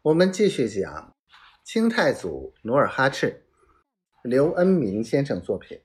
我们继续讲清太祖努尔哈赤，刘恩明先生作品。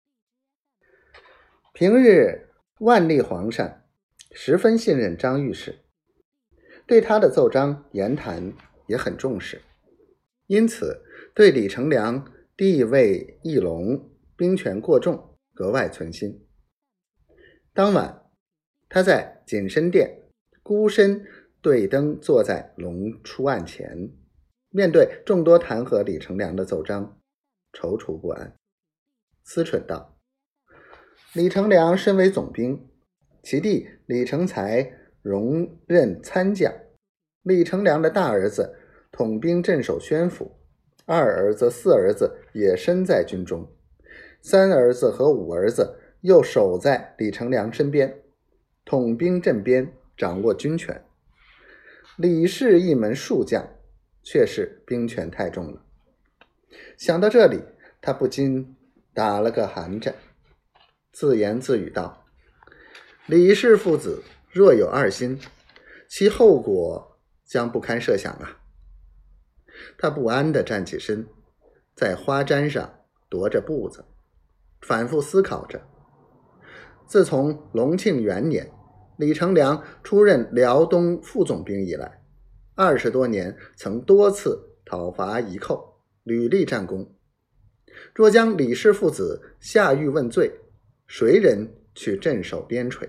平日万历皇上十分信任张御史，对他的奏章言谈也很重视，因此对李成梁地位易隆、兵权过重格外存心。当晚，他在景深殿孤身对灯坐在龙出案前，面对众多弹劾李成梁的奏章，踌躇不安，思忖道：李成梁身为总兵，其弟李成才荣任参将，李成梁的大儿子统兵镇守宣府，二儿子、四儿子也身在军中，三儿子和五儿子又守在李成梁身边，统兵镇边，掌握军权。李氏一门庶将，却是兵权太重了。想到这里，他不禁打了个寒颤，自言自语道：李氏父子若有二心，其后果将不堪设想啊。他不安地站起身，在花毡上踱着步子，反复思考着。自从隆庆元年李成梁出任辽东副总兵以来，20多年曾多次讨伐夷寇，屡立战功。若将李氏父子下狱问罪，谁人去镇守边陲？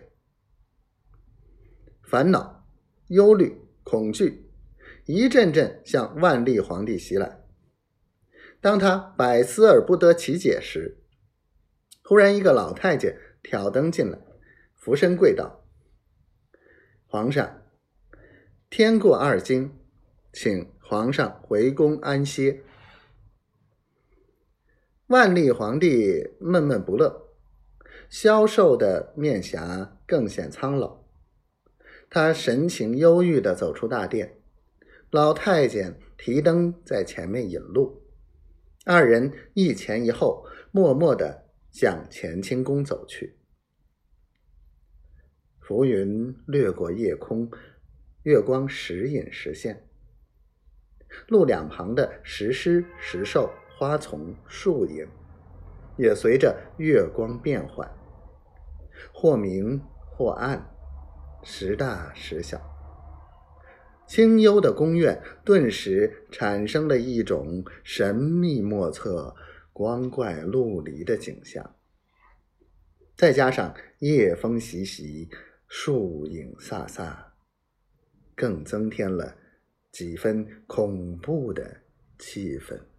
烦恼、忧虑、恐惧一阵阵向万历皇帝袭来。当他百思而不得其解时，忽然一个老太监挑灯进来，俯身跪道：皇上，天过2更，请皇上回宫安歇。万历皇帝闷闷不乐，消瘦的面颊更显苍老。他神情忧郁地走出大殿，老太监提灯在前面引路，二人一前一后，默默地向乾清宫走去。浮云掠过夜空，月光时隐时现，路两旁的石狮、石兽、花丛、树影也随着月光变换，或明或暗，时大时小。清幽的宫院顿时产生了一种神秘莫测、光怪陆离的景象，再加上夜风习习，树影飒飒，更增添了几分恐怖的气氛。